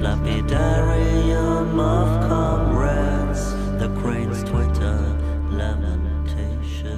lapidarium of comrades, the crane's Twitter lamentations.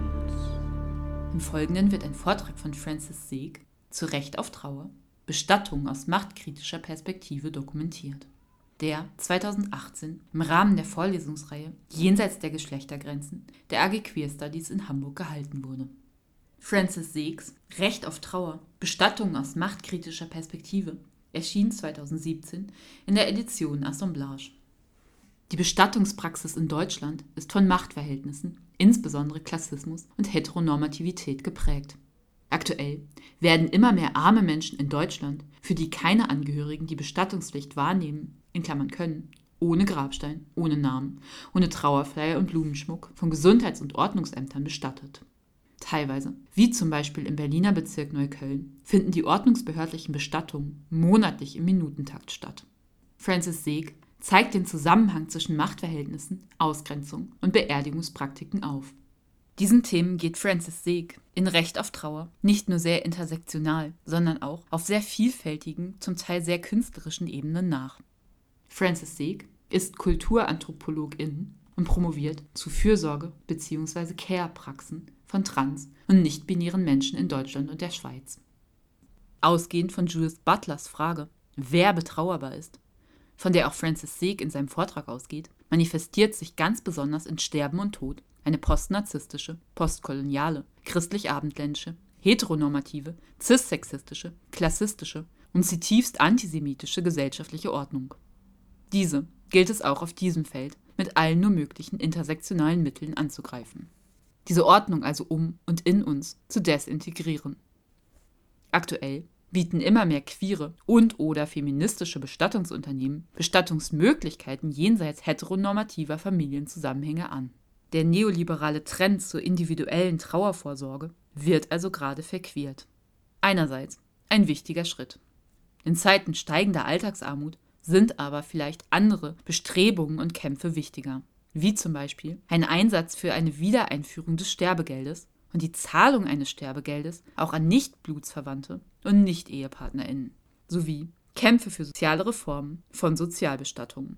Im Folgenden wird ein Vortrag von Francis Seek zu Recht auf Trauer, Bestattungen aus machtkritischer Perspektive dokumentiert, der 2018 im Rahmen der Vorlesungsreihe Jenseits der Geschlechtergrenzen der AG Queer Studies in Hamburg gehalten wurde. Francis Seeks Recht auf Trauer, Bestattungen aus machtkritischer Perspektive erschien 2017 in der Edition Assemblage. Die Bestattungspraxis in Deutschland ist von Machtverhältnissen, insbesondere Klassismus und Heteronormativität geprägt. Aktuell werden immer mehr arme Menschen in Deutschland, für die keine Angehörigen die Bestattungspflicht wahrnehmen, in Klammern können, ohne Grabstein, ohne Namen, ohne Trauerfeier und Blumenschmuck, von Gesundheits- und Ordnungsämtern bestattet. Teilweise, wie zum Beispiel im Berliner Bezirk Neukölln, finden die ordnungsbehördlichen Bestattungen monatlich im Minutentakt statt. Francis Seek zeigt den Zusammenhang zwischen Machtverhältnissen, Ausgrenzung und Beerdigungspraktiken auf. Diesen Themen geht Francis Seek in Recht auf Trauer nicht nur sehr intersektional, sondern auch auf sehr vielfältigen, zum Teil sehr künstlerischen Ebenen nach. Francis Seek ist Kulturanthropologin und promoviert zu Fürsorge- bzw. Care-Praxen von trans- und nicht-binären Menschen in Deutschland und der Schweiz. Ausgehend von Judith Butlers Frage, wer betrauerbar ist, von der auch Francis Seek in seinem Vortrag ausgeht, manifestiert sich ganz besonders in Sterben und Tod eine postnarzisstische, postkoloniale, christlich-abendländische, heteronormative, cissexistische, klassistische und zutiefst antisemitische gesellschaftliche Ordnung. Diese gilt es auch auf diesem Feld mit allen nur möglichen intersektionalen Mitteln anzugreifen. Diese Ordnung also um und in uns zu desintegrieren. Aktuell bieten immer mehr queere und/oder feministische Bestattungsunternehmen Bestattungsmöglichkeiten jenseits heteronormativer Familienzusammenhänge an. Der neoliberale Trend zur individuellen Trauervorsorge wird also gerade verquert. Einerseits ein wichtiger Schritt. In Zeiten steigender Alltagsarmut sind aber vielleicht andere Bestrebungen und Kämpfe wichtiger, wie zum Beispiel ein Einsatz für eine Wiedereinführung des Sterbegeldes und die Zahlung eines Sterbegeldes auch an Nicht-Blutsverwandte und Nicht-EhepartnerInnen, sowie Kämpfe für soziale Reformen von Sozialbestattungen.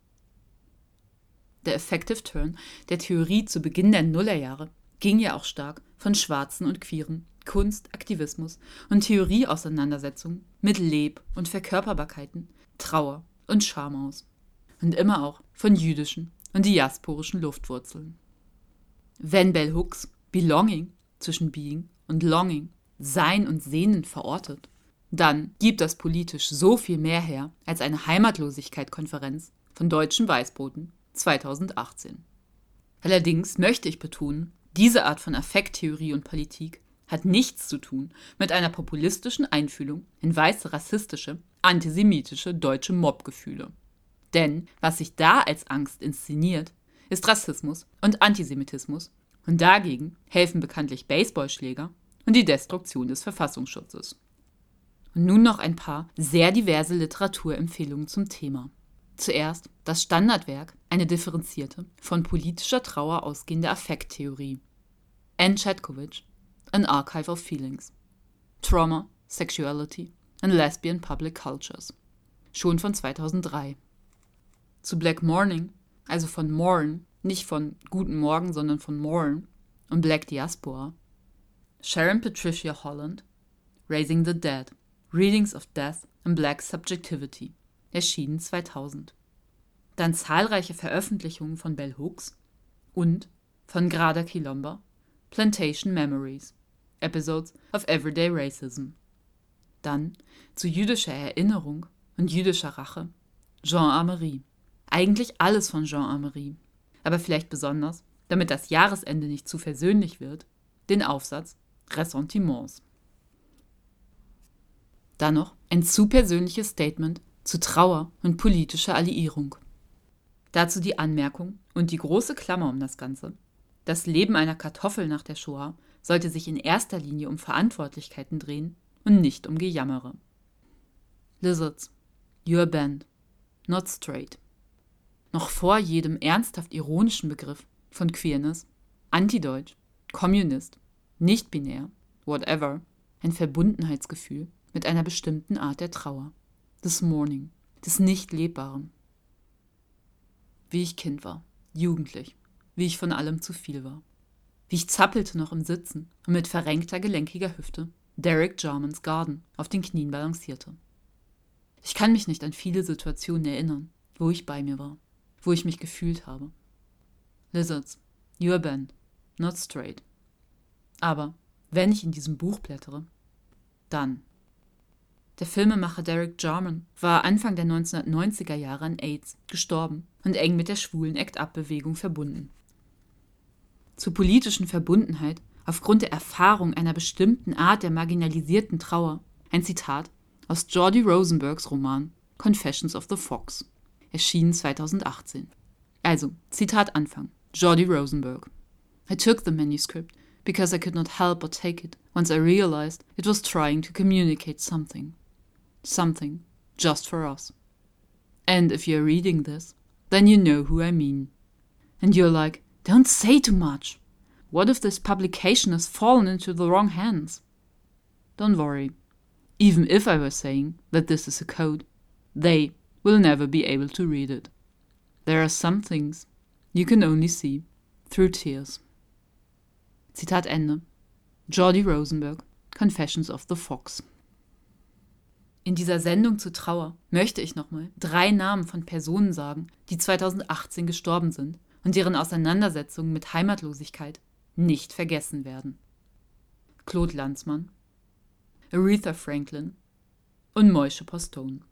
Der Effective Turn der Theorie zu Beginn der Nullerjahre ging ja auch stark von schwarzen und queeren Kunst, Aktivismus und Theorieauseinandersetzungen mit Leb- und Verkörperbarkeiten, Trauer und Scham aus. Und immer auch von jüdischen und diasporischen Luftwurzeln. Wenn Bell Hooks Belonging zwischen Being und Longing, Sein und Sehnen verortet, dann gibt das politisch so viel mehr her als eine Heimatlosigkeit-Konferenz von deutschen Weißbroten 2018. Allerdings möchte ich betonen, diese Art von Affekttheorie und Politik hat nichts zu tun mit einer populistischen Einfühlung in weiße rassistische, antisemitische deutsche Mobgefühle. Denn was sich da als Angst inszeniert, ist Rassismus und Antisemitismus und dagegen helfen bekanntlich Baseballschläger und die Destruktion des Verfassungsschutzes. Und nun noch ein paar sehr diverse Literaturempfehlungen zum Thema. Zuerst das Standardwerk, eine differenzierte, von politischer Trauer ausgehende Affekttheorie. Anne Chetkovich, An Archive of Feelings. Trauma, Sexuality and Lesbian Public Cultures. Schon von 2003. Zu Black Mourning, also von Mourn, nicht von Guten Morgen, sondern von Mourn und Black Diaspora. Sharon Patricia Holland, Raising the Dead, Readings of Death and Black Subjectivity, erschienen 2000. Dann zahlreiche Veröffentlichungen von Bell Hooks und von Grada Quilomba, Plantation Memories, Episodes of Everyday Racism. Dann zu jüdischer Erinnerung und jüdischer Rache, Jean Amery. Eigentlich alles von Jean Amery, aber vielleicht besonders, damit das Jahresende nicht zu versöhnlich wird, den Aufsatz Ressentiments. Dann noch ein zu persönliches Statement zu Trauer und politischer Alliierung. Dazu die Anmerkung und die große Klammer um das Ganze. Das Leben einer Kartoffel nach der Shoah sollte sich in erster Linie um Verantwortlichkeiten drehen und nicht um Gejammere. Lizards, You're Banned, Not Straight. Noch vor jedem ernsthaft ironischen Begriff von Queerness, Antideutsch, Kommunist, nicht-binär, whatever, ein Verbundenheitsgefühl mit einer bestimmten Art der Trauer. This Morning, des Nicht-Lebbaren. Wie ich Kind war, jugendlich, wie ich von allem zu viel war. Wie ich zappelte noch im Sitzen und mit verrenkter, gelenkiger Hüfte Derek Jarmans Garden auf den Knien balancierte. Ich kann mich nicht an viele Situationen erinnern, wo ich bei mir war, wo ich mich gefühlt habe. Lizards, you are bent, not straight. Aber wenn ich in diesem Buch blättere, dann. Der Filmemacher Derek Jarman war Anfang der 1990er Jahre an AIDS gestorben und eng mit der schwulen Act-Up-Bewegung verbunden. Zur politischen Verbundenheit aufgrund der Erfahrung einer bestimmten Art der marginalisierten Trauer ein Zitat aus Jordi Rosenbergs Roman Confessions of the Fox, erschienen 2018. Also, Zitat Anfang, Jordi Rosenberg. I took the manuscript because I could not help but take it once I realized it was trying to communicate something. Something just for us. And if you're reading this, then you know who I mean. And you're like, don't say too much. What if this publication has fallen into the wrong hands? Don't worry. Even if I were saying that this is a code, they will never be able to read it. There are some things you can only see through tears. Zitat Ende. Jordi Rosenberg, Confessions of the Fox. In dieser Sendung zur Trauer möchte ich nochmal 3 Namen von Personen sagen, die 2018 gestorben sind und deren Auseinandersetzungen mit Heimatlosigkeit nicht vergessen werden. Claude Lanzmann, Aretha Franklin und Moishe Postone.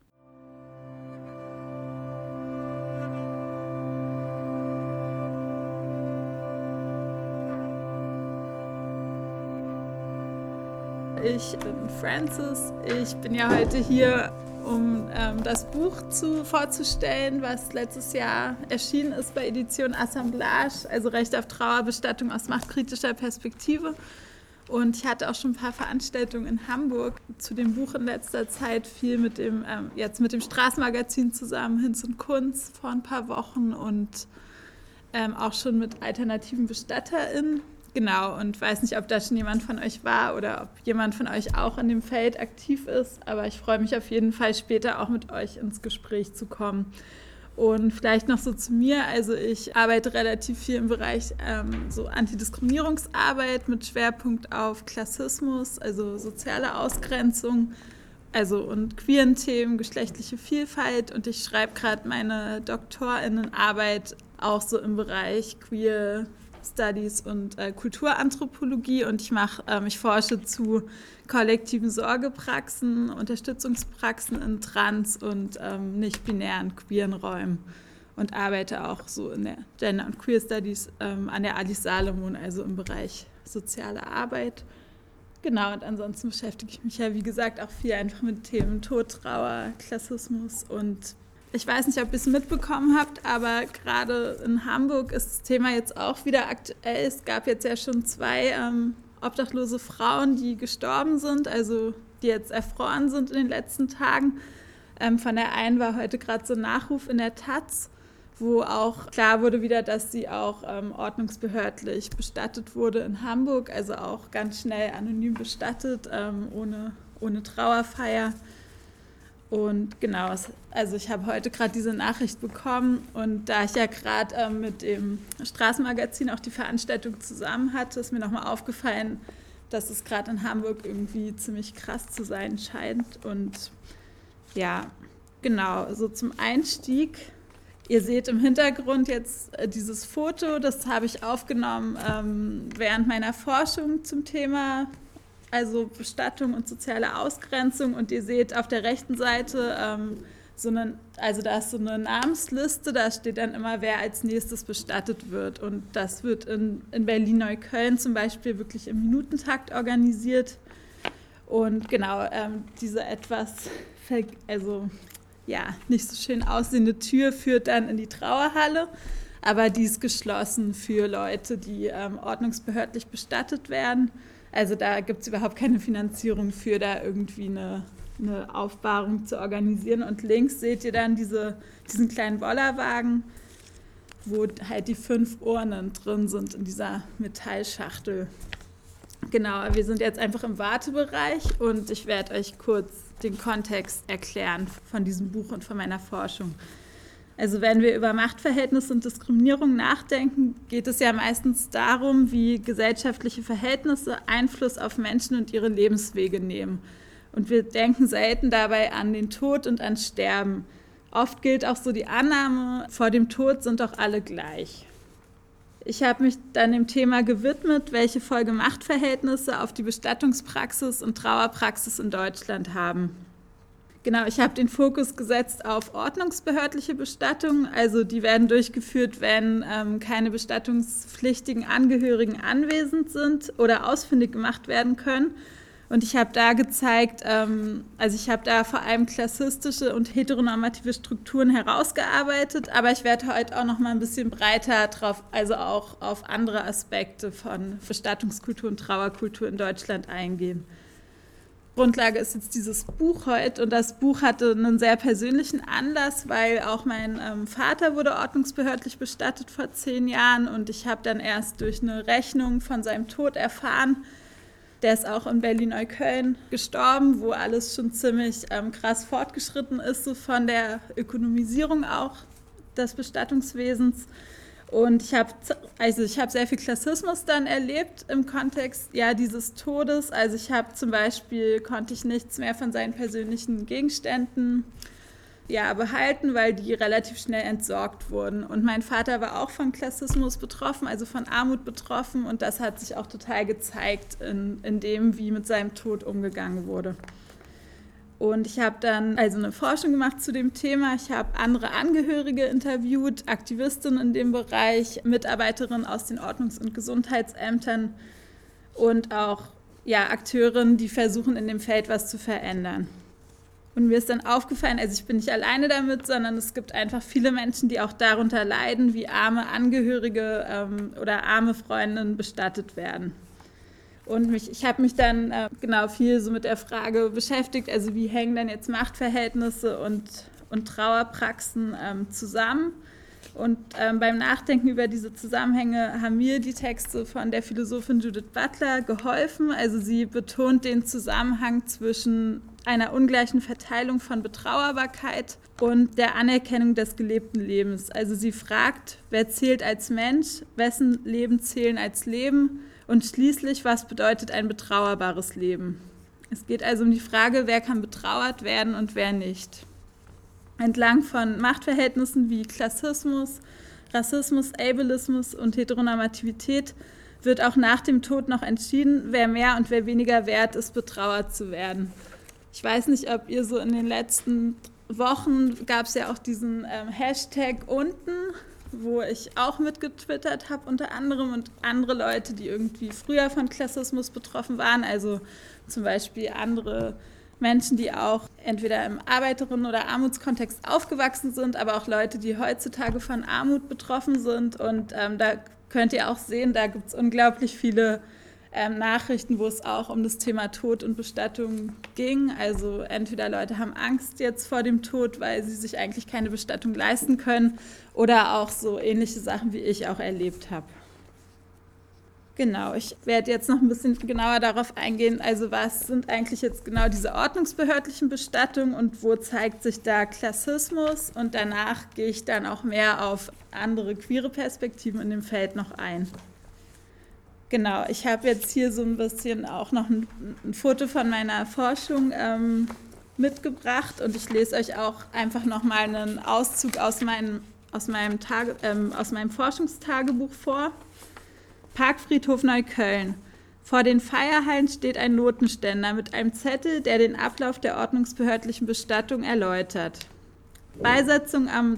Ich bin Frances. Ich bin ja heute hier, um das Buch vorzustellen, was letztes Jahr erschienen ist bei Edition Assemblage, also Recht auf Trauer, Bestattung aus machtkritischer Perspektive. Und ich hatte auch schon ein paar Veranstaltungen in Hamburg zu dem Buch in letzter Zeit, viel mit dem Straßenmagazin zusammen, Hinz und Kunz vor ein paar Wochen und auch schon mit alternativen BestatterInnen. Genau, und weiß nicht, ob da schon jemand von euch war oder ob jemand von euch auch in dem Feld aktiv ist, aber ich freue mich auf jeden Fall später auch mit euch ins Gespräch zu kommen. Und vielleicht noch so zu mir, also ich arbeite relativ viel im Bereich so Antidiskriminierungsarbeit mit Schwerpunkt auf Klassismus, also soziale Ausgrenzung, also und queeren Themen, geschlechtliche Vielfalt, und ich schreibe gerade meine DoktorInnenarbeit auch so im Bereich Queer Studies und Kulturanthropologie, und ich forsche zu kollektiven Sorgepraxen, Unterstützungspraxen in trans- und nicht-binären queeren Räumen und arbeite auch so in der Gender- und Queer Studies an der Alice Salomon, also im Bereich soziale Arbeit. Genau, und ansonsten beschäftige ich mich ja, wie gesagt, auch viel einfach mit Themen Tod, Trauer, Klassismus, und ich weiß nicht, ob ihr es mitbekommen habt, aber gerade in Hamburg ist das Thema jetzt auch wieder aktuell. Es gab jetzt ja schon 2 obdachlose Frauen, die gestorben sind, also die jetzt erfroren sind in den letzten Tagen. Von der einen war heute gerade so ein Nachruf in der Taz, wo auch klar wurde wieder, dass sie auch ordnungsbehördlich bestattet wurde in Hamburg, also auch ganz schnell anonym bestattet, ohne Trauerfeier. Und genau, also ich habe heute gerade diese Nachricht bekommen, und da ich ja gerade mit dem Straßenmagazin auch die Veranstaltung zusammen hatte, ist mir nochmal aufgefallen, dass es gerade in Hamburg irgendwie ziemlich krass zu sein scheint. Und ja, genau, so zum Einstieg. Ihr seht im Hintergrund jetzt dieses Foto, das habe ich aufgenommen während meiner Forschung zum Thema, also Bestattung und soziale Ausgrenzung, und ihr seht auf der rechten Seite da ist so eine Namensliste, da steht dann immer, wer als nächstes bestattet wird, und das wird in Berlin-Neukölln zum Beispiel wirklich im Minutentakt organisiert, und genau, diese etwas, nicht so schön aussehende Tür führt dann in die Trauerhalle, aber die ist geschlossen für Leute, die ordnungsbehördlich bestattet werden. Also da gibt es überhaupt keine Finanzierung für, da irgendwie eine Aufbahrung zu organisieren. Und links seht ihr dann diesen kleinen Bollerwagen, wo halt die 5 Urnen drin sind in dieser Metallschachtel. Genau, wir sind jetzt einfach im Wartebereich und ich werde euch kurz den Kontext erklären von diesem Buch und von meiner Forschung. Also wenn wir über Machtverhältnisse und Diskriminierung nachdenken, geht es ja meistens darum, wie gesellschaftliche Verhältnisse Einfluss auf Menschen und ihre Lebenswege nehmen. Und wir denken selten dabei an den Tod und an Sterben. Oft gilt auch so die Annahme, vor dem Tod sind doch alle gleich. Ich habe mich dann dem Thema gewidmet, welche Folge Machtverhältnisse auf die Bestattungspraxis und Trauerpraxis in Deutschland haben. Genau, ich habe den Fokus gesetzt auf ordnungsbehördliche Bestattungen, also die werden durchgeführt, wenn keine bestattungspflichtigen Angehörigen anwesend sind oder ausfindig gemacht werden können. Und ich habe da gezeigt, ich habe da vor allem klassistische und heteronormative Strukturen herausgearbeitet, aber ich werde heute auch noch mal ein bisschen breiter drauf, also auch auf andere Aspekte von Bestattungskultur und Trauerkultur in Deutschland eingehen. Grundlage ist jetzt dieses Buch heute und das Buch hatte einen sehr persönlichen Anlass, weil auch mein Vater wurde ordnungsbehördlich bestattet vor 10 Jahren und ich habe dann erst durch eine Rechnung von seinem Tod erfahren. Der ist auch in Berlin-Neukölln gestorben, wo alles schon ziemlich krass fortgeschritten ist, so von der Ökonomisierung auch des Bestattungswesens. Und ich habe sehr viel Klassismus dann erlebt im Kontext dieses Todes. Also ich habe zum Beispiel, konnte ich nichts mehr von seinen persönlichen Gegenständen behalten, weil die relativ schnell entsorgt wurden. Und mein Vater war auch von Klassismus betroffen, also von Armut betroffen. Und das hat sich auch total gezeigt in dem, wie mit seinem Tod umgegangen wurde. Und ich habe dann eine Forschung gemacht zu dem Thema. Ich habe andere Angehörige interviewt, Aktivistinnen in dem Bereich, Mitarbeiterinnen aus den Ordnungs- und Gesundheitsämtern und auch Akteurinnen, die versuchen, in dem Feld was zu verändern. Und mir ist dann aufgefallen, also ich bin nicht alleine damit, sondern es gibt einfach viele Menschen, die auch darunter leiden, wie arme Angehörige oder arme Freundinnen bestattet werden. Und ich habe mich dann viel so mit der Frage beschäftigt, also wie hängen denn jetzt Machtverhältnisse und Trauerpraxen zusammen? Und beim Nachdenken über diese Zusammenhänge haben mir die Texte von der Philosophin Judith Butler geholfen. Also sie betont den Zusammenhang zwischen einer ungleichen Verteilung von Betrauerbarkeit und der Anerkennung des gelebten Lebens. Also sie fragt, wer zählt als Mensch, wessen Leben zählen als Leben und schließlich, was bedeutet ein betrauerbares Leben? Es geht also um die Frage, wer kann betrauert werden und wer nicht. Entlang von Machtverhältnissen wie Klassismus, Rassismus, Ableismus und Heteronormativität wird auch nach dem Tod noch entschieden, wer mehr und wer weniger wert ist, betrauert zu werden. Ich weiß nicht, ob ihr so in den letzten Wochen, gab es ja auch diesen Hashtag unten, wo ich auch mitgetwittert habe unter anderem und andere Leute, die irgendwie früher von Klassismus betroffen waren, also zum Beispiel andere Menschen, die auch entweder im Arbeiterinnen- oder Armutskontext aufgewachsen sind, aber auch Leute, die heutzutage von Armut betroffen sind. Und da könnt ihr auch sehen, da gibt es unglaublich viele Nachrichten, wo es auch um das Thema Tod und Bestattung ging. Also entweder Leute haben Angst jetzt vor dem Tod, weil sie sich eigentlich keine Bestattung leisten können oder auch so ähnliche Sachen, wie ich auch erlebt habe. Genau, ich werde jetzt noch ein bisschen genauer darauf eingehen, also was sind eigentlich jetzt genau diese ordnungsbehördlichen Bestattungen und wo zeigt sich da Klassismus, und danach gehe ich dann auch mehr auf andere queere Perspektiven in dem Feld noch ein. Genau, ich habe jetzt hier so ein bisschen auch noch ein Foto von meiner Forschung mitgebracht und ich lese euch auch einfach nochmal einen Auszug aus meinem Forschungstagebuch vor. Parkfriedhof Neukölln. Vor den Feierhallen steht ein Notenständer mit einem Zettel, der den Ablauf der ordnungsbehördlichen Bestattung erläutert. Beisetzung am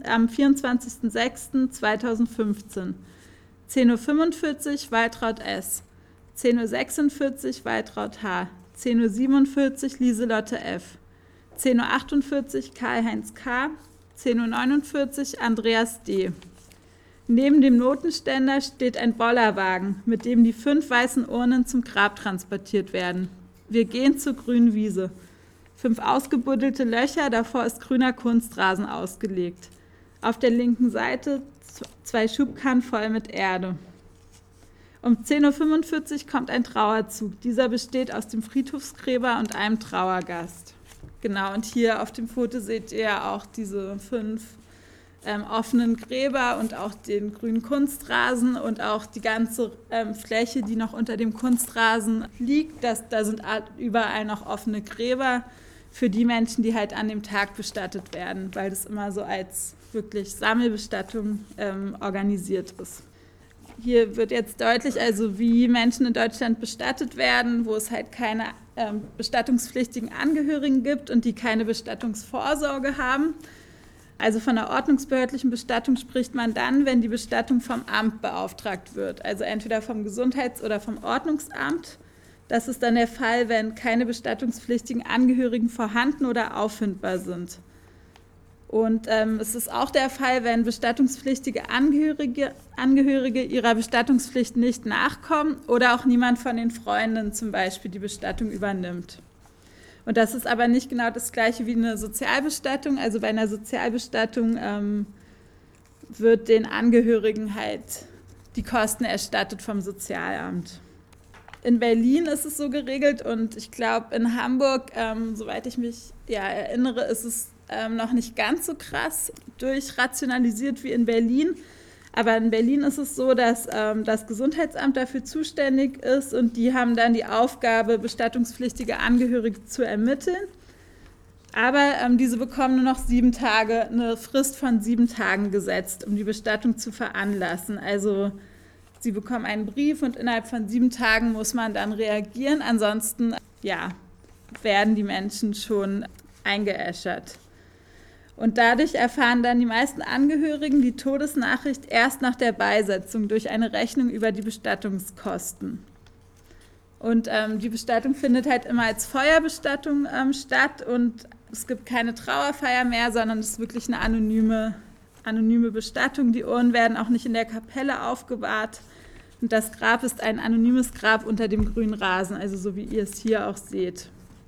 24.06.2015. 10:45 Uhr Waltraud S. 10:46 Uhr Waltraud H. 10:47 Uhr Lieselotte F. 10:48 Uhr Karl-Heinz K. 10:49 Uhr Andreas D. Neben dem Notenständer steht ein Bollerwagen, mit dem die 5 weißen Urnen zum Grab transportiert werden. Wir gehen zur grünen Wiese. 5 ausgebuddelte Löcher, davor ist grüner Kunstrasen ausgelegt. Auf der linken Seite 2 Schubkannen voll mit Erde. Um 10:45 Uhr kommt ein Trauerzug. Dieser besteht aus dem Friedhofsgräber und einem Trauergast. Genau, und hier auf dem Foto seht ihr auch diese 5 offenen Gräber und auch den grünen Kunstrasen und auch die ganze Fläche, die noch unter dem Kunstrasen liegt. Da sind überall noch offene Gräber für die Menschen, die halt an dem Tag bestattet werden, weil das immer so als wirklich Sammelbestattung organisiert ist. Hier wird jetzt deutlich, also wie Menschen in Deutschland bestattet werden, wo es halt keine bestattungspflichtigen Angehörigen gibt und die keine Bestattungsvorsorge haben. Also von der ordnungsbehördlichen Bestattung spricht man dann, wenn die Bestattung vom Amt beauftragt wird, also entweder vom Gesundheits- oder vom Ordnungsamt. Das ist dann der Fall, wenn keine bestattungspflichtigen Angehörigen vorhanden oder auffindbar sind. Und es ist auch der Fall, wenn bestattungspflichtige Angehörige ihrer Bestattungspflicht nicht nachkommen oder auch niemand von den Freunden zum Beispiel die Bestattung übernimmt. Und das ist aber nicht genau das Gleiche wie eine Sozialbestattung. Also bei einer Sozialbestattung wird den Angehörigen halt die Kosten erstattet vom Sozialamt. In Berlin ist es so geregelt und ich glaube in Hamburg, soweit ich mich erinnere, ist es noch nicht ganz so krass durchrationalisiert wie in Berlin. Aber in Berlin ist es so, dass das Gesundheitsamt dafür zuständig ist und die haben dann die Aufgabe, bestattungspflichtige Angehörige zu ermitteln. Aber diese bekommen nur noch 7 Tage, eine Frist von 7 Tagen gesetzt, um die Bestattung zu veranlassen. Also sie bekommen einen Brief und innerhalb von 7 Tagen muss man dann reagieren. Ansonsten werden die Menschen schon eingeäschert. Und dadurch erfahren dann die meisten Angehörigen die Todesnachricht erst nach der Beisetzung durch eine Rechnung über die Bestattungskosten. Und die Bestattung findet halt immer als Feuerbestattung statt und es gibt keine Trauerfeier mehr, sondern es ist wirklich eine anonyme Bestattung. Die Urnen werden auch nicht in der Kapelle aufgebahrt und das Grab ist ein anonymes Grab unter dem grünen Rasen, also so wie ihr es hier auch seht.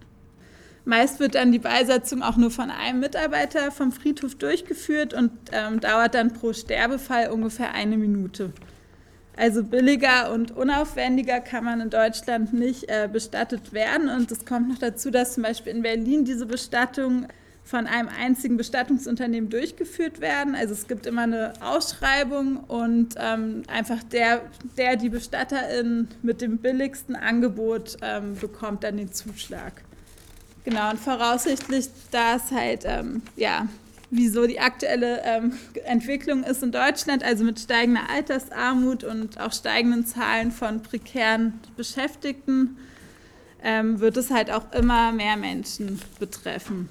Meist wird dann die Beisetzung auch nur von einem Mitarbeiter vom Friedhof durchgeführt und dauert dann pro Sterbefall ungefähr 1 Minute. Also billiger und unaufwendiger kann man in Deutschland nicht bestattet werden. Und es kommt noch dazu, dass zum Beispiel in Berlin diese Bestattungen von einem einzigen Bestattungsunternehmen durchgeführt werden. Also es gibt immer eine Ausschreibung und einfach die Bestatterin mit dem billigsten Angebot bekommt dann den Zuschlag. Genau, und voraussichtlich, da es halt, wieso die aktuelle Entwicklung ist in Deutschland, also mit steigender Altersarmut und auch steigenden Zahlen von prekären Beschäftigten, wird es halt auch immer mehr Menschen betreffen.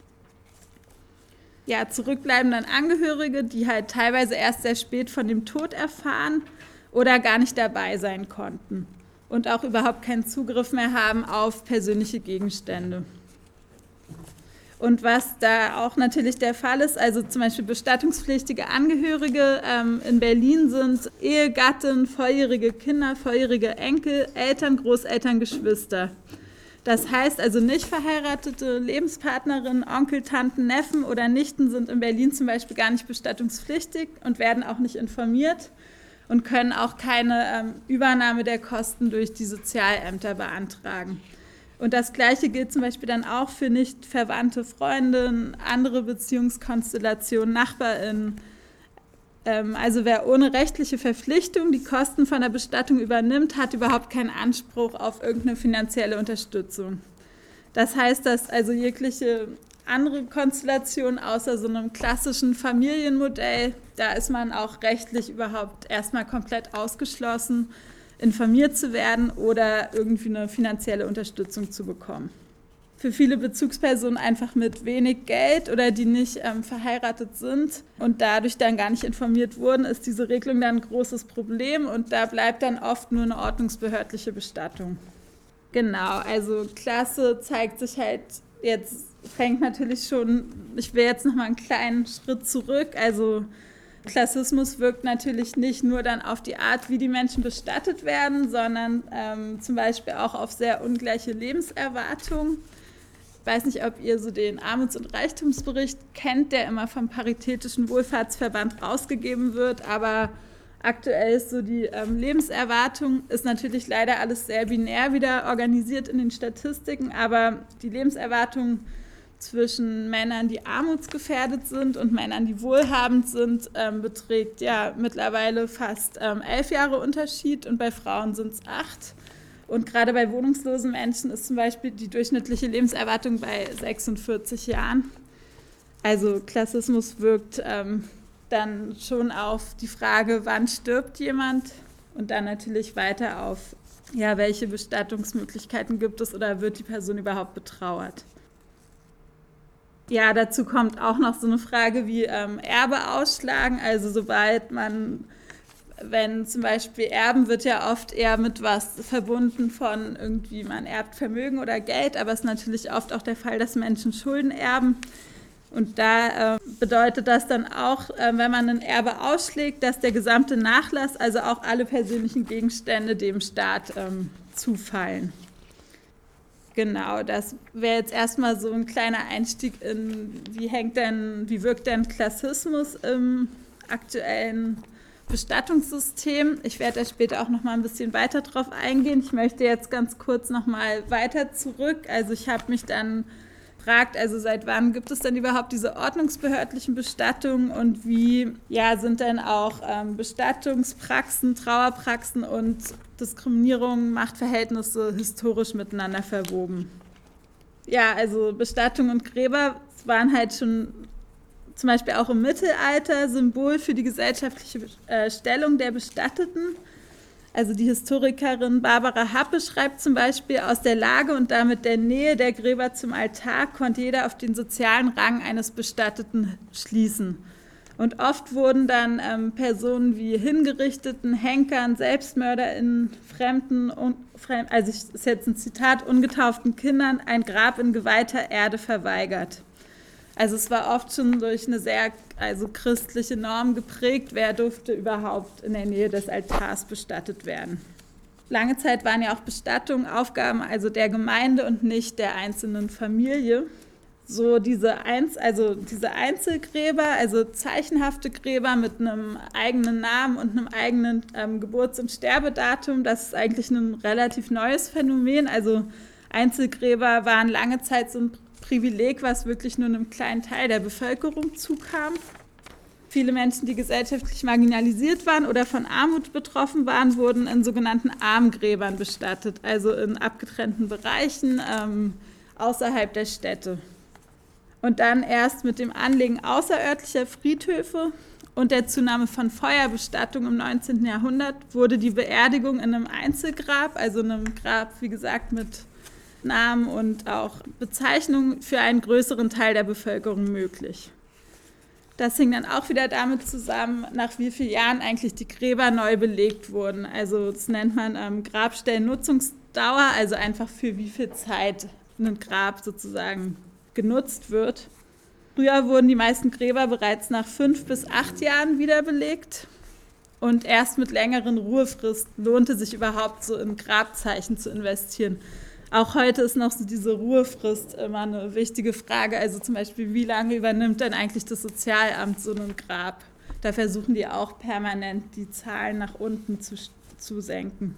Ja, zurückbleibenden Angehörige, die halt teilweise erst sehr spät von dem Tod erfahren oder gar nicht dabei sein konnten und auch überhaupt keinen Zugriff mehr haben auf persönliche Gegenstände. Und was da auch natürlich der Fall ist, also zum Beispiel bestattungspflichtige Angehörige in Berlin sind Ehegatten, volljährige Kinder, volljährige Enkel, Eltern, Großeltern, Geschwister. Das heißt also nicht verheiratete Lebenspartnerinnen, Onkel, Tanten, Neffen oder Nichten sind in Berlin zum Beispiel gar nicht bestattungspflichtig und werden auch nicht informiert und können auch keine Übernahme der Kosten durch die Sozialämter beantragen. Und das Gleiche gilt zum Beispiel dann auch für nicht verwandte Freunde, andere Beziehungskonstellationen, NachbarInnen. Also wer ohne rechtliche Verpflichtung die Kosten von der Bestattung übernimmt, hat überhaupt keinen Anspruch auf irgendeine finanzielle Unterstützung. Das heißt, dass also jegliche andere Konstellation außer so einem klassischen Familienmodell, da ist man auch rechtlich überhaupt erstmal komplett ausgeschlossen, informiert zu werden oder irgendwie eine finanzielle Unterstützung zu bekommen. Für viele Bezugspersonen einfach mit wenig Geld oder die nicht verheiratet sind und dadurch dann gar nicht informiert wurden, ist diese Regelung dann ein großes Problem und da bleibt dann oft nur eine ordnungsbehördliche Bestattung. Genau, also Klasse zeigt sich halt jetzt, fängt natürlich schon, ich will jetzt nochmal einen kleinen Schritt zurück, also Klassismus wirkt natürlich nicht nur dann auf die Art, wie die Menschen bestattet werden, sondern zum Beispiel auch auf sehr ungleiche Lebenserwartungen. Ich weiß nicht, ob ihr so den Armuts- und Reichtumsbericht kennt, der immer vom Paritätischen Wohlfahrtsverband rausgegeben wird, aber Aktuell ist so die Lebenserwartung, ist natürlich leider alles sehr binär wieder organisiert in den Statistiken, aber die Lebenserwartung zwischen Männern, die armutsgefährdet sind und Männern, die wohlhabend sind, beträgt ja mittlerweile fast 11 Jahre Unterschied und bei Frauen sind es 8. Und gerade bei wohnungslosen Menschen ist zum Beispiel die durchschnittliche Lebenserwartung bei 46 Jahren. Also Klassismus wirkt dann schon auf die Frage, wann stirbt jemand und dann natürlich weiter auf, ja, welche Bestattungsmöglichkeiten gibt es oder wird die Person überhaupt betrauert. Ja, dazu kommt auch noch so eine Frage wie Erbe ausschlagen, also wenn zum Beispiel Erben wird ja oft eher mit was verbunden von irgendwie, man erbt Vermögen oder Geld, aber es ist natürlich oft auch der Fall, dass Menschen Schulden erben. Und da bedeutet das dann auch, wenn man ein Erbe ausschlägt, dass der gesamte Nachlass, also auch alle persönlichen Gegenstände dem Staat zufallen. Genau, das wäre jetzt erstmal so ein kleiner Einstieg in, wie wirkt denn Klassismus im aktuellen Bestattungssystem. Ich werde da später auch noch mal ein bisschen weiter drauf eingehen. Ich möchte jetzt ganz kurz noch mal weiter zurück. Also ich habe mich dann gefragt, also seit wann gibt es denn überhaupt diese ordnungsbehördlichen Bestattungen und wie sind denn auch Bestattungspraxen, Trauerpraxen und Diskriminierung, Machtverhältnisse historisch miteinander verwoben? Ja, also Bestattung und Gräber waren halt schon zum Beispiel auch im Mittelalter Symbol für die gesellschaftliche Stellung der Bestatteten. Also die Historikerin Barbara Happe schreibt zum Beispiel, aus der Lage und damit der Nähe der Gräber zum Altar konnte jeder auf den sozialen Rang eines Bestatteten schließen. Und oft wurden dann Personen wie Hingerichteten, Henkern, SelbstmörderInnen, also das ist jetzt ein Zitat, ungetauften Kindern ein Grab in geweihter Erde verweigert. Also es war oft schon durch eine sehr christliche Norm geprägt, wer durfte überhaupt in der Nähe des Altars bestattet werden. Lange Zeit waren ja auch Bestattungen Aufgaben der Gemeinde und nicht der einzelnen Familie. So diese Einzelgräber, also zeichenhafte Gräber mit einem eigenen Namen und einem eigenen Geburts- und Sterbedatum, das ist eigentlich ein relativ neues Phänomen. Also Einzelgräber waren lange Zeit so ein Privileg, was wirklich nur einem kleinen Teil der Bevölkerung zukam. Viele Menschen, die gesellschaftlich marginalisiert waren oder von Armut betroffen waren, wurden in sogenannten Armgräbern bestattet, also in abgetrennten Bereichen außerhalb der Städte. Und dann erst mit dem Anlegen außerörtlicher Friedhöfe und der Zunahme von Feuerbestattung im 19. Jahrhundert wurde die Beerdigung in einem Einzelgrab, also einem Grab, wie gesagt, mit Namen und auch Bezeichnungen für einen größeren Teil der Bevölkerung möglich. Das hing dann auch wieder damit zusammen, nach wie vielen Jahren eigentlich die Gräber neu belegt wurden. Also das nennt man Grabstellennutzungsdauer, also einfach für wie viel Zeit ein Grab sozusagen genutzt wird. Früher wurden die meisten Gräber bereits nach 5 bis 8 Jahren wiederbelegt und erst mit längeren Ruhefristen lohnte sich überhaupt so in Grabzeichen zu investieren. Auch heute ist noch so diese Ruhefrist immer eine wichtige Frage. Also zum Beispiel, wie lange übernimmt denn eigentlich das Sozialamt so ein Grab? Da versuchen die auch permanent die Zahlen nach unten zu senken.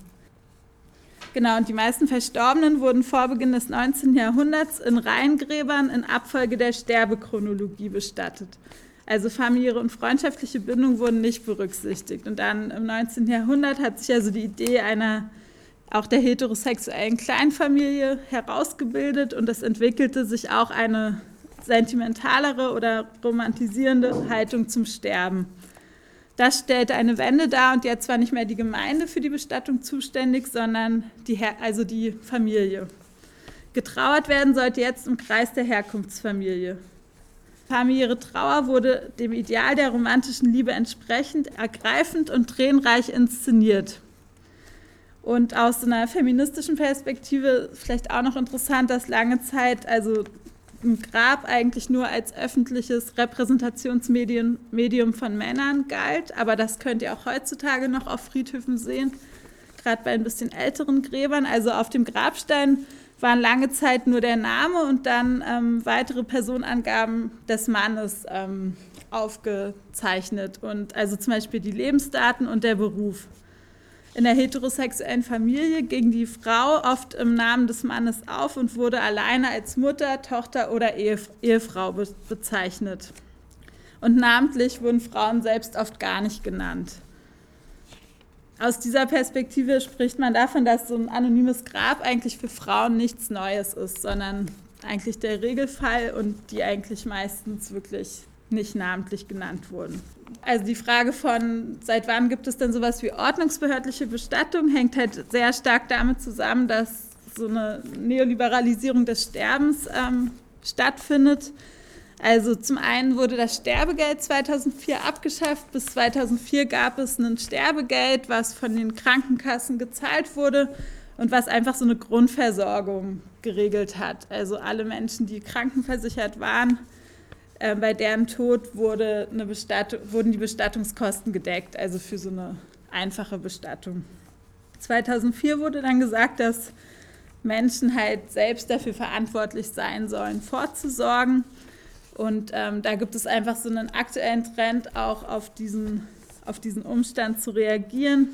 Genau, und die meisten Verstorbenen wurden vor Beginn des 19. Jahrhunderts in Reihengräbern in Abfolge der Sterbechronologie bestattet. Also familiäre und freundschaftliche Bindungen wurden nicht berücksichtigt. Und dann im 19. Jahrhundert hat sich also die Idee auch der heterosexuellen Kleinfamilie herausgebildet und es entwickelte sich auch eine sentimentalere oder romantisierende Haltung zum Sterben. Das stellte eine Wende dar und jetzt war nicht mehr die Gemeinde für die Bestattung zuständig, sondern die Familie. Getrauert werden sollte jetzt im Kreis der Herkunftsfamilie. Familiäre Trauer wurde dem Ideal der romantischen Liebe entsprechend ergreifend und tränenreich inszeniert. Und aus so einer feministischen Perspektive vielleicht auch noch interessant, dass lange Zeit ein Grab eigentlich nur als öffentliches Repräsentationsmedium von Männern galt. Aber das könnt ihr auch heutzutage noch auf Friedhöfen sehen, gerade bei ein bisschen älteren Gräbern. Also auf dem Grabstein waren lange Zeit nur der Name und dann weitere Personenangaben des Mannes aufgezeichnet. Und also zum Beispiel die Lebensdaten und der Beruf. In der heterosexuellen Familie ging die Frau oft im Namen des Mannes auf und wurde alleine als Mutter, Tochter oder Ehefrau bezeichnet. Und namentlich wurden Frauen selbst oft gar nicht genannt. Aus dieser Perspektive spricht man davon, dass so ein anonymes Grab eigentlich für Frauen nichts Neues ist, sondern eigentlich der Regelfall und die eigentlich meistens wirklich nicht namentlich genannt wurden. Also die Frage von, seit wann gibt es denn sowas wie ordnungsbehördliche Bestattung, hängt halt sehr stark damit zusammen, dass so eine Neoliberalisierung des Sterbens stattfindet. Also zum einen wurde das Sterbegeld 2004 abgeschafft. Bis 2004 gab es ein Sterbegeld, was von den Krankenkassen gezahlt wurde und was einfach so eine Grundversorgung geregelt hat. Also alle Menschen, die krankenversichert waren, bei deren Tod wurden die Bestattungskosten gedeckt, also für so eine einfache Bestattung. 2004 wurde dann gesagt, dass Menschen halt selbst dafür verantwortlich sein sollen, vorzusorgen. Und da gibt es einfach so einen aktuellen Trend, auch auf diesen Umstand zu reagieren.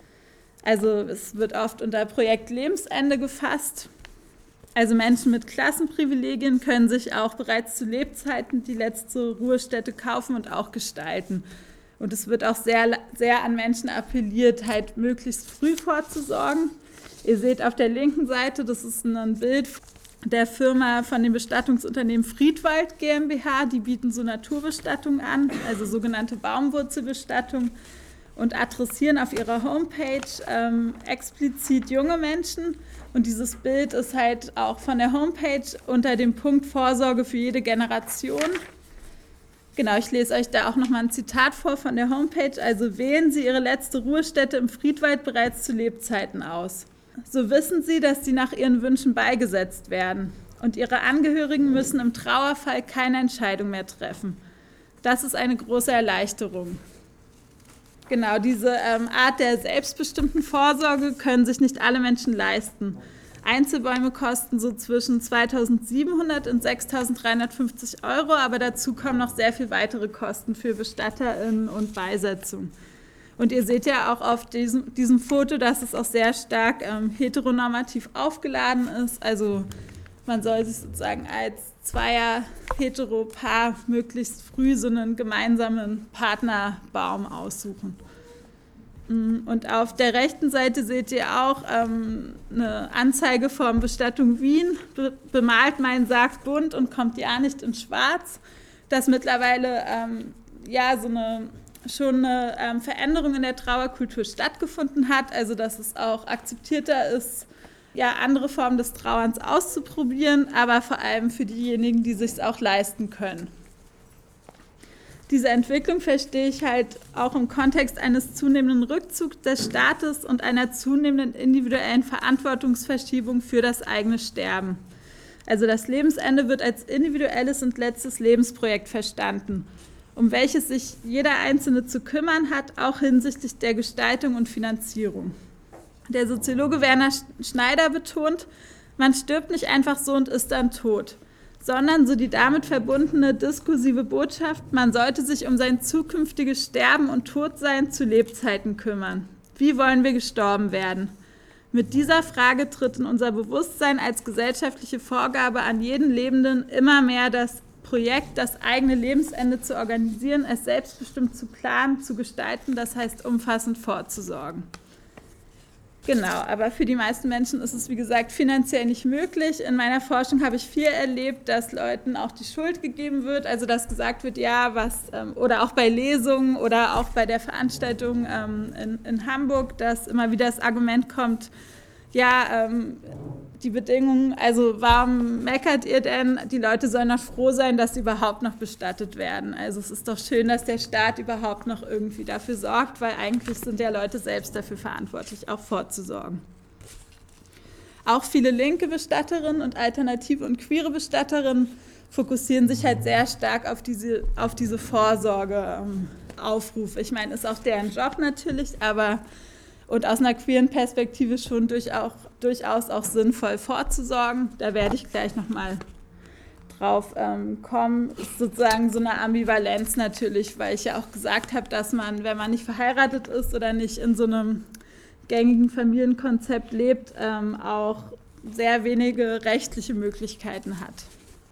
Also es wird oft unter Projekt Lebensende gefasst. Also Menschen mit Klassenprivilegien können sich auch bereits zu Lebzeiten die letzte Ruhestätte kaufen und auch gestalten. Und es wird auch sehr, sehr an Menschen appelliert, halt möglichst früh vorzusorgen. Ihr seht auf der linken Seite, das ist ein Bild der Firma von dem Bestattungsunternehmen Friedwald GmbH. Die bieten so Naturbestattung an, also sogenannte Baumwurzelbestattung, und adressieren auf ihrer Homepage explizit junge Menschen. Und dieses Bild ist halt auch von der Homepage unter dem Punkt Vorsorge für jede Generation. Genau, ich lese euch da auch nochmal ein Zitat vor von der Homepage. Also wählen Sie Ihre letzte Ruhestätte im Friedwald bereits zu Lebzeiten aus. So wissen Sie, dass Sie nach Ihren Wünschen beigesetzt werden. Und Ihre Angehörigen müssen im Trauerfall keine Entscheidung mehr treffen. Das ist eine große Erleichterung. Genau, diese Art der selbstbestimmten Vorsorge können sich nicht alle Menschen leisten. Einzelbäume kosten so zwischen 2.700 und 6.350 €, aber dazu kommen noch sehr viel weitere Kosten für BestatterInnen und Beisetzung. Und ihr seht ja auch auf diesem Foto, dass es auch sehr stark heteronormativ aufgeladen ist. Also man soll sich sozusagen als Zweier-Heteropaar möglichst früh so einen gemeinsamen Partnerbaum aussuchen. Und auf der rechten Seite seht ihr auch eine Anzeige vom Bestattung Wien, bemalt meinen Sarg bunt und kommt ja nicht in schwarz, dass mittlerweile schon eine Veränderung in der Trauerkultur stattgefunden hat, also dass es auch akzeptierter ist, ja, andere Formen des Trauerns auszuprobieren, aber vor allem für diejenigen, die es sich auch leisten können. Diese Entwicklung verstehe ich halt auch im Kontext eines zunehmenden Rückzugs des Staates und einer zunehmenden individuellen Verantwortungsverschiebung für das eigene Sterben. Also das Lebensende wird als individuelles und letztes Lebensprojekt verstanden, um welches sich jeder Einzelne zu kümmern hat, auch hinsichtlich der Gestaltung und Finanzierung. Der Soziologe Werner Schneider betont, man stirbt nicht einfach so und ist dann tot, sondern so die damit verbundene diskursive Botschaft, man sollte sich um sein zukünftiges Sterben und Todsein zu Lebzeiten kümmern. Wie wollen wir gestorben werden? Mit dieser Frage tritt in unser Bewusstsein als gesellschaftliche Vorgabe an jeden Lebenden immer mehr das Projekt, das eigene Lebensende zu organisieren, es selbstbestimmt zu planen, zu gestalten, das heißt umfassend vorzusorgen. Genau, aber für die meisten Menschen ist es, wie gesagt, finanziell nicht möglich. In meiner Forschung habe ich viel erlebt, dass Leuten auch die Schuld gegeben wird, also dass gesagt wird, ja, oder auch bei Lesungen oder auch bei der Veranstaltung in Hamburg, dass immer wieder das Argument kommt, ja, die Bedingungen, also warum meckert ihr denn? Die Leute sollen doch froh sein, dass sie überhaupt noch bestattet werden. Also es ist doch schön, dass der Staat überhaupt noch irgendwie dafür sorgt, weil eigentlich sind ja Leute selbst dafür verantwortlich, auch vorzusorgen. Auch viele linke Bestatterinnen und alternative und queere Bestatterinnen fokussieren sich halt sehr stark auf diese Vorsorgeaufrufe. Ich meine, ist auch deren Job natürlich, aber und aus einer queeren Perspektive schon durchaus auch sinnvoll vorzusorgen. Da werde ich gleich nochmal drauf kommen, ist sozusagen so eine Ambivalenz natürlich, weil ich ja auch gesagt habe, dass man, wenn man nicht verheiratet ist oder nicht in so einem gängigen Familienkonzept lebt, auch sehr wenige rechtliche Möglichkeiten hat.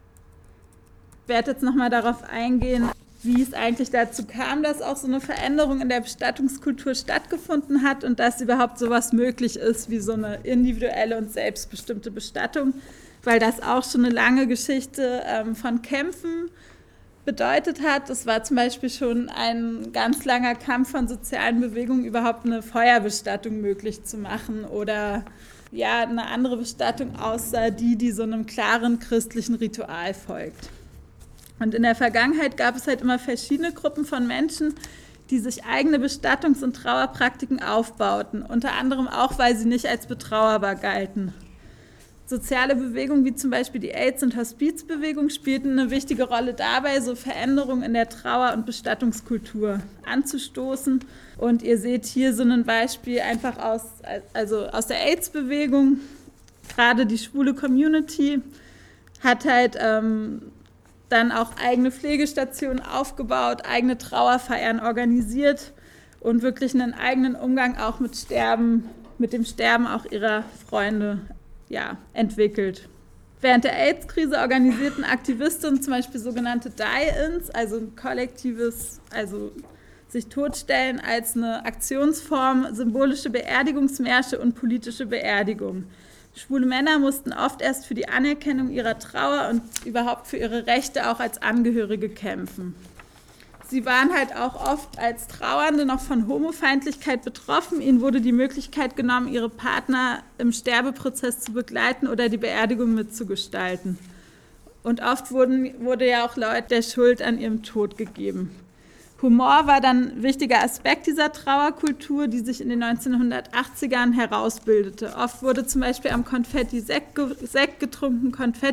Ich werde jetzt nochmal darauf eingehen, wie es eigentlich dazu kam, dass auch so eine Veränderung in der Bestattungskultur stattgefunden hat und dass überhaupt sowas möglich ist wie so eine individuelle und selbstbestimmte Bestattung, weil das auch schon eine lange Geschichte von Kämpfen bedeutet hat. Es war zum Beispiel schon ein ganz langer Kampf von sozialen Bewegungen, überhaupt eine Feuerbestattung möglich zu machen oder ja, eine andere Bestattung außer die so einem klaren christlichen Ritual folgt. Und in der Vergangenheit gab es halt immer verschiedene Gruppen von Menschen, die sich eigene Bestattungs- und Trauerpraktiken aufbauten, unter anderem auch, weil sie nicht als betrauerbar galten. Soziale Bewegungen wie zum Beispiel die AIDS- und Hospizbewegung spielten eine wichtige Rolle dabei, so Veränderungen in der Trauer- und Bestattungskultur anzustoßen. Und ihr seht hier so ein Beispiel einfach aus der AIDS-Bewegung. Gerade die schwule Community hat halt dann auch eigene Pflegestationen aufgebaut, eigene Trauerfeiern organisiert und wirklich einen eigenen Umgang auch mit dem Sterben auch ihrer Freunde entwickelt. Während der AIDS-Krise organisierten Aktivistinnen zum Beispiel sogenannte Die-Ins, also ein kollektives, also sich totstellen als eine Aktionsform, symbolische Beerdigungsmärsche und politische Beerdigung. Schwule Männer mussten oft erst für die Anerkennung ihrer Trauer und überhaupt für ihre Rechte auch als Angehörige kämpfen. Sie waren halt auch oft als Trauernde noch von Homofeindlichkeit betroffen. Ihnen wurde die Möglichkeit genommen, ihre Partner im Sterbeprozess zu begleiten oder die Beerdigung mitzugestalten. Und oft wurde ja auch Leuten der Schuld an ihrem Tod gegeben. Humor war dann ein wichtiger Aspekt dieser Trauerkultur, die sich in den 1980ern herausbildete. Oft wurde zum Beispiel am Grab Sekt getrunken,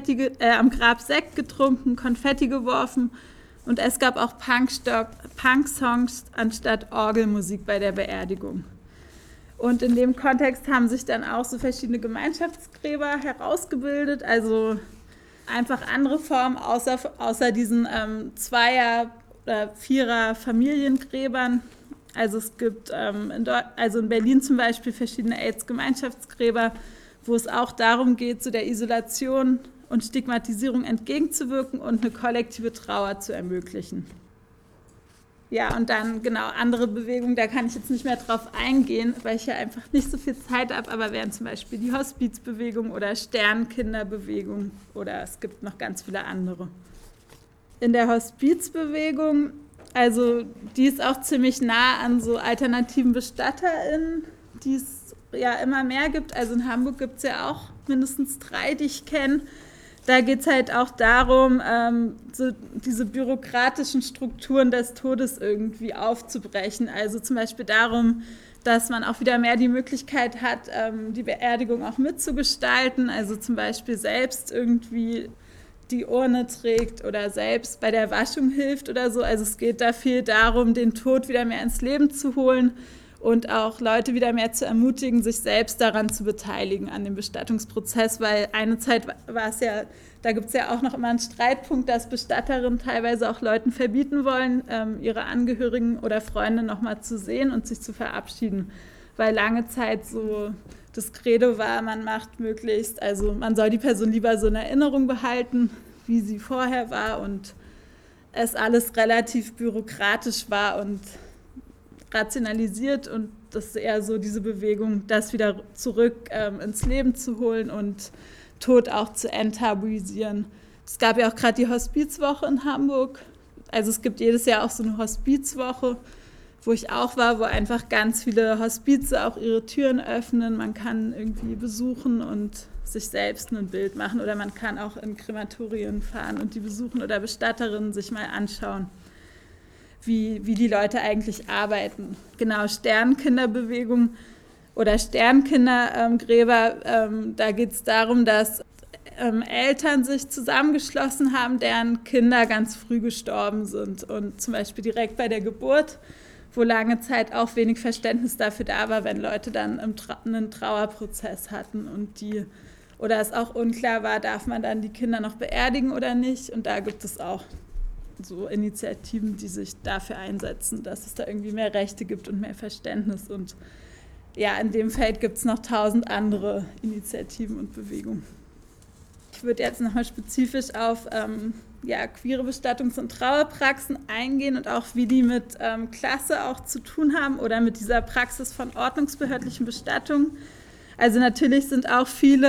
Konfetti geworfen und es gab auch Punk-Songs anstatt Orgelmusik bei der Beerdigung. Und in dem Kontext haben sich dann auch so verschiedene Gemeinschaftsgräber herausgebildet, also einfach andere Formen außer diesen Zweier- oder Vierer Familiengräbern. Also es gibt in Berlin zum Beispiel verschiedene AIDS-Gemeinschaftsgräber, wo es auch darum geht, so der Isolation und Stigmatisierung entgegenzuwirken und eine kollektive Trauer zu ermöglichen. Ja, und dann genau andere Bewegungen, da kann ich jetzt nicht mehr drauf eingehen, weil ich ja einfach nicht so viel Zeit habe, aber wären zum Beispiel die Hospizbewegung oder Sternkinderbewegung oder es gibt noch ganz viele andere. In der Hospizbewegung, also die ist auch ziemlich nah an so alternativen BestatterInnen, die es ja immer mehr gibt. Also in Hamburg gibt es ja auch mindestens 3, die ich kenne. Da geht es halt auch darum, so diese bürokratischen Strukturen des Todes irgendwie aufzubrechen. Also zum Beispiel darum, dass man auch wieder mehr die Möglichkeit hat, die Beerdigung auch mitzugestalten. Also zum Beispiel selbst irgendwie die Urne trägt oder selbst bei der Waschung hilft oder so. Also es geht da viel darum, den Tod wieder mehr ins Leben zu holen und auch Leute wieder mehr zu ermutigen, sich selbst daran zu beteiligen, an dem Bestattungsprozess, weil eine Zeit war es ja, da gibt es ja auch noch immer einen Streitpunkt, dass Bestatterinnen teilweise auch Leuten verbieten wollen, ihre Angehörigen oder Freunde nochmal zu sehen und sich zu verabschieden, weil lange Zeit so das Credo war, man macht möglichst, also man soll die Person lieber so in Erinnerung behalten, wie sie vorher war und es alles relativ bürokratisch war und rationalisiert und das ist eher so diese Bewegung, das wieder zurück ins Leben zu holen und Tod auch zu enttabuisieren. Es gab ja auch gerade die Hospizwoche in Hamburg, also es gibt jedes Jahr auch so eine Hospizwoche, wo ich auch war, wo einfach ganz viele Hospize auch ihre Türen öffnen. Man kann irgendwie besuchen und sich selbst ein Bild machen oder man kann auch in Krematorien fahren und die besuchen oder Bestatterinnen sich mal anschauen, wie die Leute eigentlich arbeiten. Genau, Sternkinderbewegung oder Sternkindergräber, da geht es darum, dass Eltern sich zusammengeschlossen haben, deren Kinder ganz früh gestorben sind und zum Beispiel direkt bei der Geburt, wo lange Zeit auch wenig Verständnis dafür da war, wenn Leute dann einen Trauerprozess hatten Oder es auch unklar war, darf man dann die Kinder noch beerdigen oder nicht. Und da gibt es auch so Initiativen, die sich dafür einsetzen, dass es da irgendwie mehr Rechte gibt und mehr Verständnis. Und ja, in dem Feld gibt es noch 1000 andere Initiativen und Bewegungen. Ich würde jetzt nochmal spezifisch auf queere Bestattungs- und Trauerpraxen eingehen und auch, wie die mit Klasse auch zu tun haben oder mit dieser Praxis von ordnungsbehördlichen Bestattungen. Also natürlich sind auch viele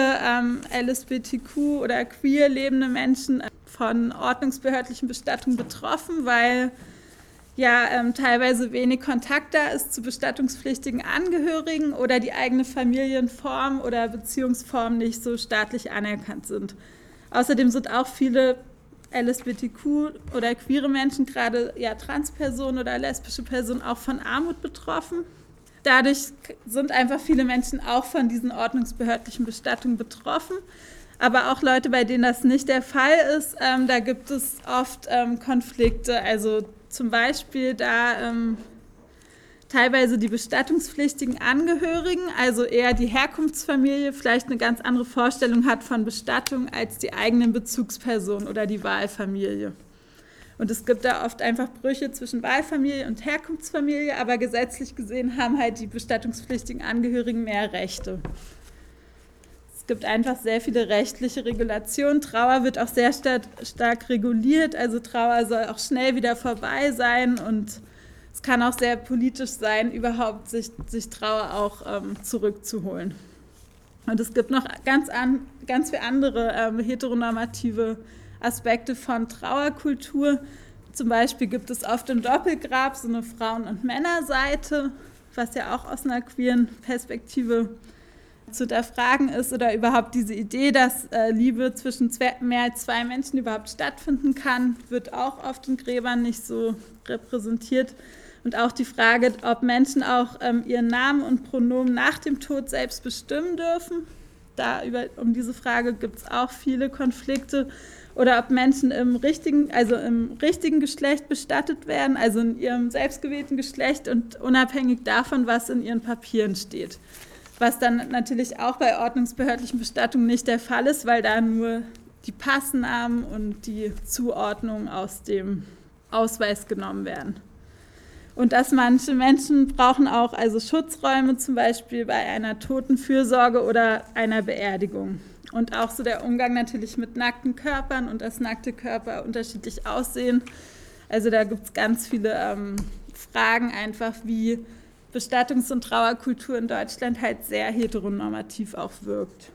LSBTQ oder queer lebende Menschen von ordnungsbehördlichen Bestattungen betroffen, weil teilweise wenig Kontakt da ist zu bestattungspflichtigen Angehörigen oder die eigene Familienform oder Beziehungsform nicht so staatlich anerkannt sind. Außerdem sind auch viele LSBTQ oder queere Menschen, gerade Transpersonen oder lesbische Personen, auch von Armut betroffen. Dadurch sind einfach viele Menschen auch von diesen ordnungsbehördlichen Bestattungen betroffen. Aber auch Leute, bei denen das nicht der Fall ist, da gibt es oft Konflikte. Also zum Beispiel da teilweise die bestattungspflichtigen Angehörigen, also eher die Herkunftsfamilie, vielleicht eine ganz andere Vorstellung hat von Bestattung als die eigenen Bezugspersonen oder die Wahlfamilie. Und es gibt da oft einfach Brüche zwischen Wahlfamilie und Herkunftsfamilie, aber gesetzlich gesehen haben halt die bestattungspflichtigen Angehörigen mehr Rechte. Es gibt einfach sehr viele rechtliche Regulationen. Trauer wird auch sehr stark reguliert, also Trauer soll auch schnell wieder vorbei sein und es kann auch sehr politisch sein, überhaupt sich Trauer auch zurückzuholen. Und es gibt noch ganz viele andere heteronormative Aspekte von Trauerkultur. Zum Beispiel gibt es oft im Doppelgrab so eine Frauen- und Männerseite, was ja auch aus einer queeren Perspektive zu hinterfragen ist, oder überhaupt diese Idee, dass Liebe zwischen mehr als zwei Menschen überhaupt stattfinden kann, wird auch oft in Gräbern nicht so repräsentiert. Und auch die Frage, ob Menschen auch ihren Namen und Pronomen nach dem Tod selbst bestimmen dürfen. Um diese Frage gibt es auch viele Konflikte. Oder ob Menschen im richtigen Geschlecht bestattet werden, also in ihrem selbstgewählten Geschlecht und unabhängig davon, was in ihren Papieren steht. Was dann natürlich auch bei ordnungsbehördlichen Bestattungen nicht der Fall ist, weil da nur die Passnamen und die Zuordnung aus dem Ausweis genommen werden. Und dass manche Menschen brauchen auch Schutzräume, zum Beispiel bei einer Totenfürsorge oder einer Beerdigung. Und auch so der Umgang natürlich mit nackten Körpern und dass nackte Körper unterschiedlich aussehen. Also da gibt es ganz viele Fragen einfach, wie Bestattungs- und Trauerkultur in Deutschland halt sehr heteronormativ auch wirkt.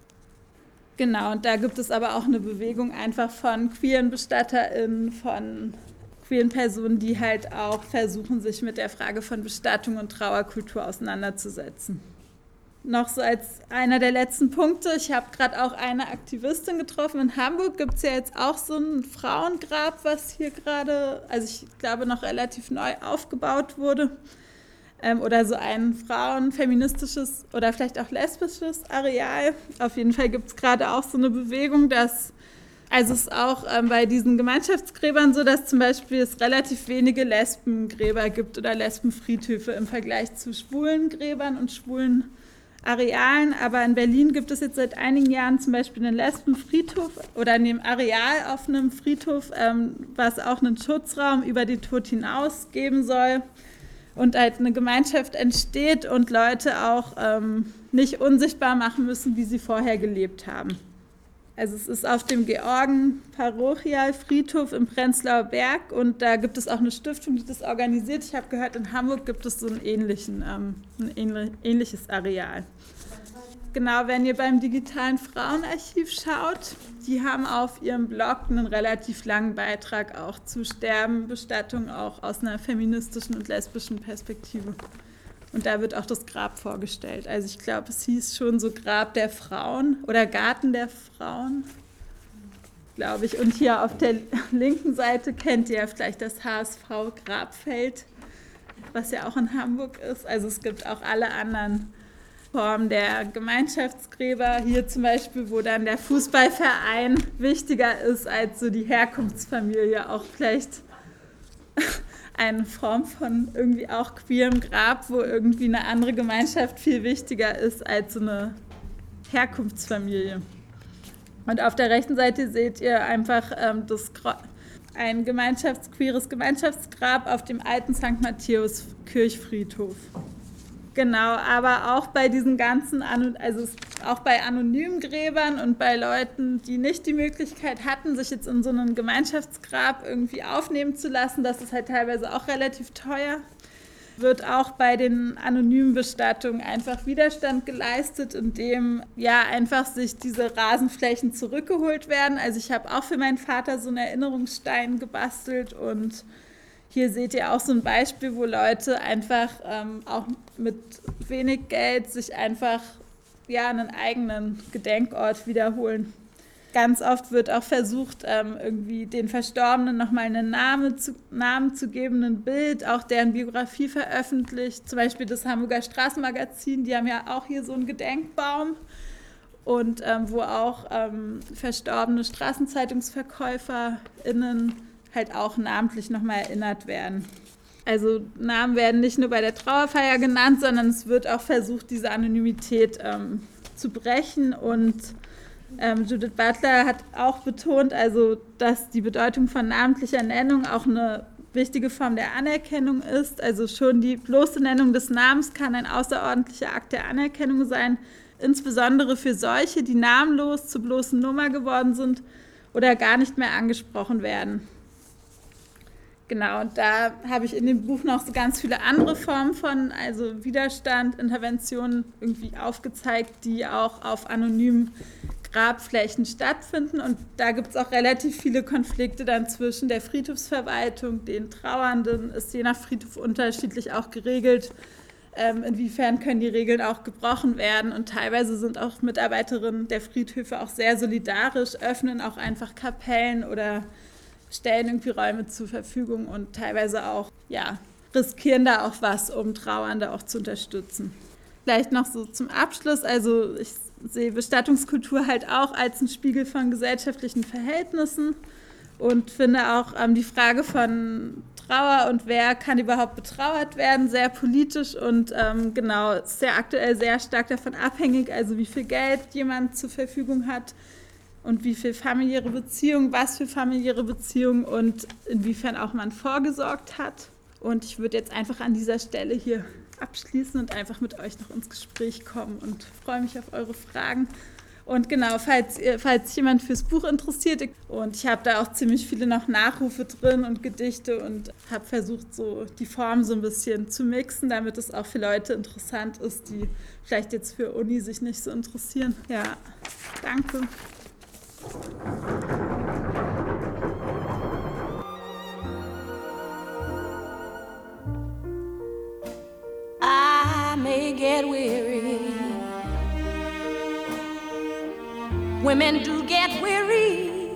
Genau, und da gibt es aber auch eine Bewegung einfach von queeren BestatterInnen, von queeren Personen, die halt auch versuchen, sich mit der Frage von Bestattung und Trauerkultur auseinanderzusetzen. Noch so als einer der letzten Punkte, ich habe gerade auch eine Aktivistin getroffen. In Hamburg gibt es ja jetzt auch so ein Frauengrab, was hier gerade, ich glaube, noch relativ neu aufgebaut wurde. Oder so ein feministisches oder vielleicht auch lesbisches Areal. Auf jeden Fall gibt es gerade auch so eine Bewegung, dass, es ist auch bei diesen Gemeinschaftsgräbern so, dass zum Beispiel es relativ wenige Lesbengräber gibt oder Lesbenfriedhöfe im Vergleich zu schwulen Gräbern und schwulen Arealen. Aber in Berlin gibt es jetzt seit einigen Jahren zum Beispiel einen Lesbenfriedhof oder in dem Areal auf einem Friedhof, was auch einen Schutzraum über den Tod hinaus geben soll. Und halt eine Gemeinschaft entsteht und Leute auch nicht unsichtbar machen müssen, wie sie vorher gelebt haben. Also es ist auf dem Georgen-Parochial-Friedhof im Prenzlauer Berg und da gibt es auch eine Stiftung, die das organisiert. Ich habe gehört, in Hamburg gibt es so ein ähnliches Areal. Genau, wenn ihr beim digitalen Frauenarchiv schaut, die haben auf ihrem Blog einen relativ langen Beitrag auch zu Sterben, Bestattung, auch aus einer feministischen und lesbischen Perspektive. Und da wird auch das Grab vorgestellt. Also ich glaube, es hieß schon so Grab der Frauen oder Garten der Frauen, glaube ich. Und hier auf der linken Seite kennt ihr ja vielleicht das HSV-Grabfeld, was ja auch in Hamburg ist. Also es gibt auch alle anderen Form der Gemeinschaftsgräber, hier zum Beispiel, wo dann der Fußballverein wichtiger ist als so die Herkunftsfamilie, auch vielleicht eine Form von irgendwie auch queerem Grab, wo irgendwie eine andere Gemeinschaft viel wichtiger ist als so eine Herkunftsfamilie. Und auf der rechten Seite seht ihr einfach ein queeres Gemeinschaftsgrab auf dem alten St. Matthäus Kirchfriedhof. Genau, aber auch bei diesen ganzen, also auch bei anonymen Gräbern und bei Leuten, die nicht die Möglichkeit hatten, sich jetzt in so einem Gemeinschaftsgrab irgendwie aufnehmen zu lassen, das ist halt teilweise auch relativ teuer, wird auch bei den anonymen Bestattungen einfach Widerstand geleistet, indem ja einfach sich diese Rasenflächen zurückgeholt werden. Also ich habe auch für meinen Vater so einen Erinnerungsstein gebastelt und hier seht ihr auch so ein Beispiel, wo Leute einfach auch mit wenig Geld sich einfach einen eigenen Gedenkort wiederholen. Ganz oft wird auch versucht, irgendwie den Verstorbenen nochmal einen Namen zu geben, ein Bild, auch deren Biografie veröffentlicht. Zum Beispiel das Hamburger Straßenmagazin, die haben ja auch hier so einen Gedenkbaum. Und wo auch verstorbene StraßenzeitungsverkäuferInnen halt auch namentlich nochmal erinnert werden. Also Namen werden nicht nur bei der Trauerfeier genannt, sondern es wird auch versucht, diese Anonymität zu brechen. Und Judith Butler hat auch betont, also, dass die Bedeutung von namentlicher Nennung auch eine wichtige Form der Anerkennung ist. Also schon die bloße Nennung des Namens kann ein außerordentlicher Akt der Anerkennung sein, insbesondere für solche, die namenlos zur bloßen Nummer geworden sind oder gar nicht mehr angesprochen werden. Genau, und da habe ich in dem Buch noch so ganz viele andere Formen von, also Widerstand, Interventionen irgendwie aufgezeigt, die auch auf anonymen Grabflächen stattfinden. Und da gibt es auch relativ viele Konflikte dann zwischen der Friedhofsverwaltung, den Trauernden, ist je nach Friedhof unterschiedlich auch geregelt. Inwiefern können die Regeln auch gebrochen werden? Und teilweise sind auch Mitarbeiterinnen der Friedhöfe auch sehr solidarisch, öffnen auch einfach Kapellen oder stellen irgendwie Räume zur Verfügung und teilweise auch, riskieren da auch was, um Trauernde auch zu unterstützen. Vielleicht noch so zum Abschluss, also ich sehe Bestattungskultur halt auch als einen Spiegel von gesellschaftlichen Verhältnissen und finde auch die Frage von Trauer und wer kann überhaupt betrauert werden, sehr politisch und sehr aktuell sehr stark davon abhängig, also wie viel Geld jemand zur Verfügung hat und wie viel familiäre Beziehungen, was für familiäre Beziehungen und inwiefern auch man vorgesorgt hat. Und ich würde jetzt einfach an dieser Stelle hier abschließen und einfach mit euch noch ins Gespräch kommen und freue mich auf eure Fragen. Und genau, falls jemand fürs Buch interessiert, und ich habe da auch ziemlich viele noch Nachrufe drin und Gedichte und habe versucht, so die Form so ein bisschen zu mixen, damit es auch für Leute interessant ist, die vielleicht jetzt für Uni sich nicht so interessieren. Ja, danke. I may get weary. Women do get weary,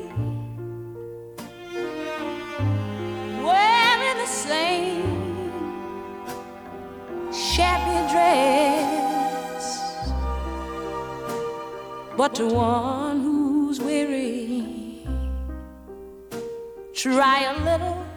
wearing the same shabby dress. But to one who's weary, try a little